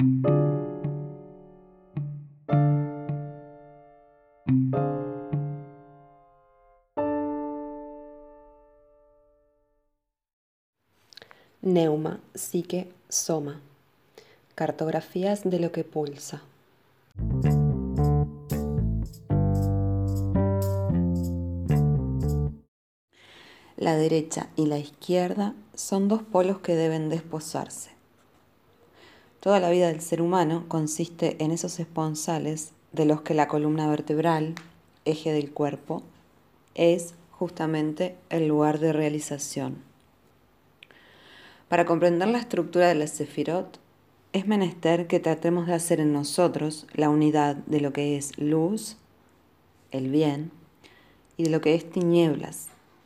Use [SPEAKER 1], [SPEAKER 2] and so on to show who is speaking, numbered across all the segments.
[SPEAKER 1] Neuma, psique, soma. Cartografías de lo que pulsa. La derecha y la izquierda son dos polos que deben desposarse. Toda la vida del ser humano consiste en esos esponsales de los que la columna vertebral, eje del cuerpo, es justamente el lugar de realización. Para comprender la estructura de la Sefirot, es menester que tratemos de hacer en nosotros la unidad de lo que es luz, el bien, y de lo que es tinieblas,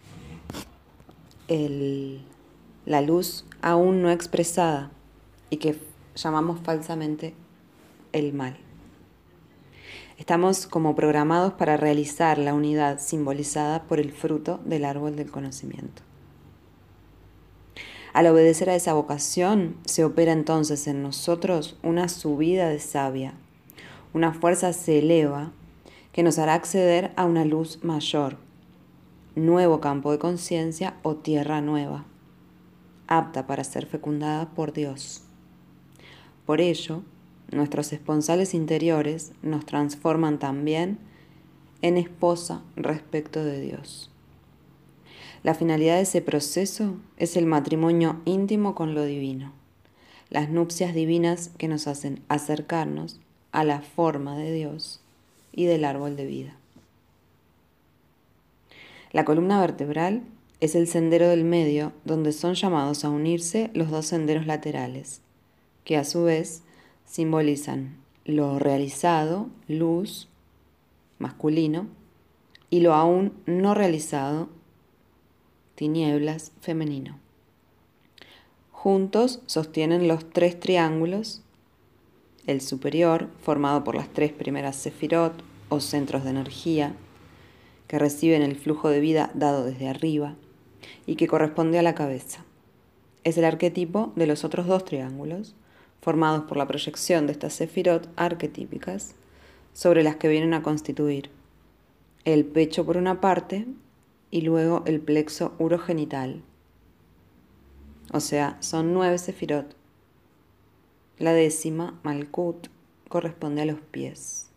[SPEAKER 1] la luz aún no expresada y que llamamos falsamente el mal. Estamos como programados para realizar la unidad simbolizada por el fruto del árbol del conocimiento. Al obedecer a esa vocación, se opera entonces en nosotros una subida de savia. Una fuerza se eleva que nos hará acceder a una luz mayor, nuevo campo de conciencia o tierra nueva, apta para ser fecundada por Dios. Por ello, nuestros esponsales interiores nos transforman también en esposa respecto de Dios. La finalidad de ese proceso es el matrimonio íntimo con lo divino, las nupcias divinas que nos hacen acercarnos a la forma de Dios y del árbol de vida. La columna vertebral es el sendero del medio donde son llamados a unirse los dos senderos laterales, que a su vez simbolizan lo realizado, luz, masculino, y lo aún no realizado, tinieblas, femenino. Juntos sostienen los tres triángulos, el superior, formado por las tres primeras sefirot o centros de energía, que reciben el flujo de vida dado desde arriba y que corresponde a la cabeza. Es el arquetipo de los otros dos triángulos, formados por la proyección de estas sefirot arquetípicas, sobre las que vienen a constituir el pecho por una parte y luego el plexo urogenital. O sea, son 9 sefirot. La 10ª, Malkut, corresponde a los pies.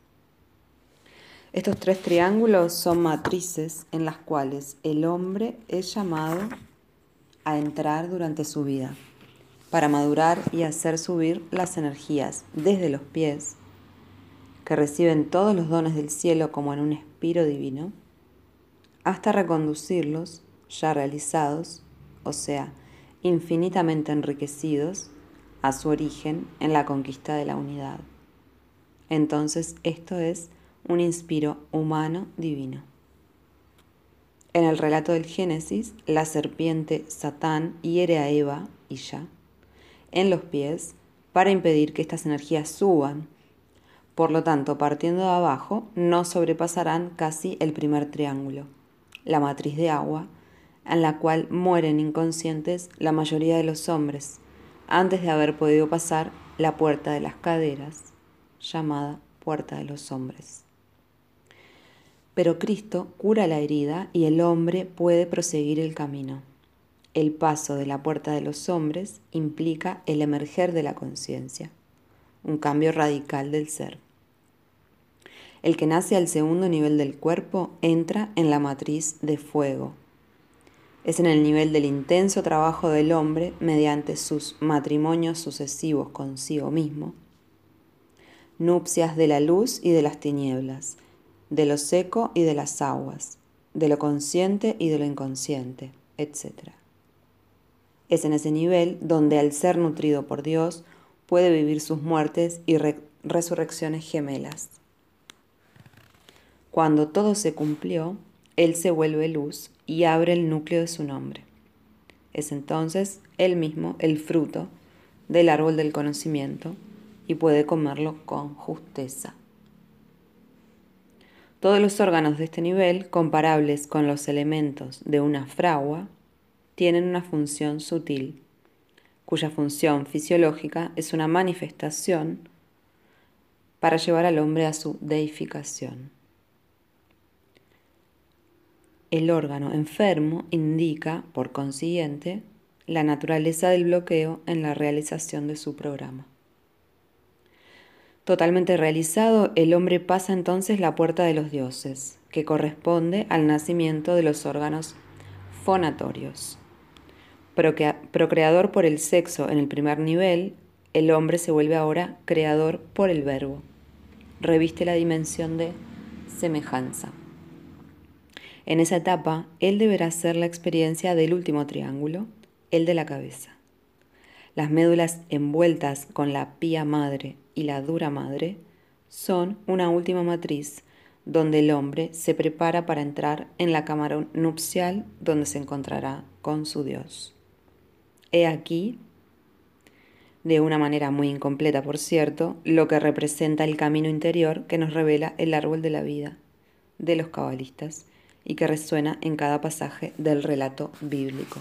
[SPEAKER 1] Estos tres triángulos son matrices en las cuales el hombre es llamado a entrar durante su vida, para madurar y hacer subir las energías desde los pies, que reciben todos los dones del cielo como en un espiro divino, hasta reconducirlos, ya realizados, o sea, infinitamente enriquecidos, a su origen en la conquista de la unidad. Entonces, esto es un inspiro humano divino. En el relato del Génesis, la serpiente Satán hiere a Eva, Isha, en los pies para impedir que estas energías suban. Por lo tanto, partiendo de abajo, no sobrepasarán casi el primer triángulo, la matriz de agua, en la cual mueren inconscientes la mayoría de los hombres, antes de haber podido pasar la puerta de las caderas, llamada puerta de los hombres. Pero Cristo cura la herida y el hombre puede proseguir el camino. El paso de la puerta de los hombres implica el emerger de la conciencia, un cambio radical del ser. El que nace al segundo nivel del cuerpo entra en la matriz de fuego. Es en el nivel del intenso trabajo del hombre mediante sus matrimonios sucesivos consigo mismo, nupcias de la luz y de las tinieblas, de lo seco y de las aguas, de lo consciente y de lo inconsciente, etc. Es en ese nivel donde al ser nutrido por Dios puede vivir sus muertes y resurrecciones gemelas. Cuando todo se cumplió, Él se vuelve luz y abre el núcleo de su nombre. Es entonces Él mismo el fruto del árbol del conocimiento y puede comerlo con justeza. Todos los órganos de este nivel, comparables con los elementos de una fragua, tienen una función sutil, cuya función fisiológica es una manifestación para llevar al hombre a su deificación. El órgano enfermo indica, por consiguiente, la naturaleza del bloqueo en la realización de su programa. Totalmente realizado, el hombre pasa entonces la puerta de los dioses, que corresponde al nacimiento de los órganos fonatorios. Procreador por el sexo en el primer nivel, el hombre se vuelve ahora creador por el verbo. Reviste la dimensión de semejanza. En esa etapa, él deberá hacer la experiencia del último triángulo, el de la cabeza. Las médulas envueltas con la pía madre y la dura madre son una última matriz donde el hombre se prepara para entrar en la cámara nupcial donde se encontrará con su Dios. He aquí, de una manera muy incompleta por cierto, lo que representa el camino interior que nos revela el árbol de la vida de los cabalistas y que resuena en cada pasaje del relato bíblico.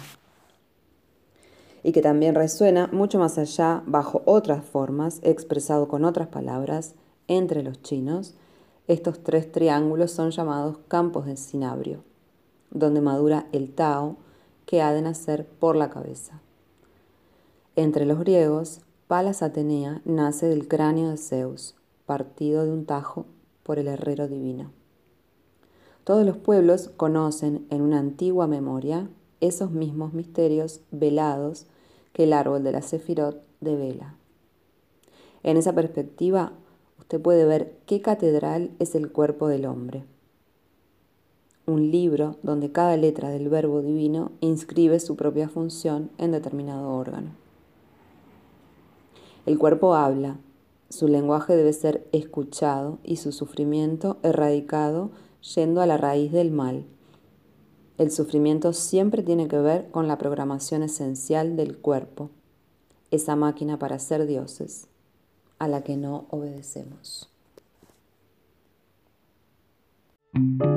[SPEAKER 1] Y que también resuena mucho más allá, bajo otras formas, expresado con otras palabras, entre los chinos. Estos 3 triángulos son llamados campos de cinabrio, donde madura el Tao que ha de nacer por la cabeza. Entre los griegos, Palas Atenea nace del cráneo de Zeus, partido de un tajo por el herrero divino. Todos los pueblos conocen en una antigua memoria esos mismos misterios velados que el árbol de la Sefirot devela. En esa perspectiva, usted puede ver qué catedral es el cuerpo del hombre. Un libro donde cada letra del verbo divino inscribe su propia función en determinado órgano. El cuerpo habla, su lenguaje debe ser escuchado y su sufrimiento erradicado yendo a la raíz del mal. El sufrimiento siempre tiene que ver con la programación esencial del cuerpo, esa máquina para ser dioses, a la que no obedecemos.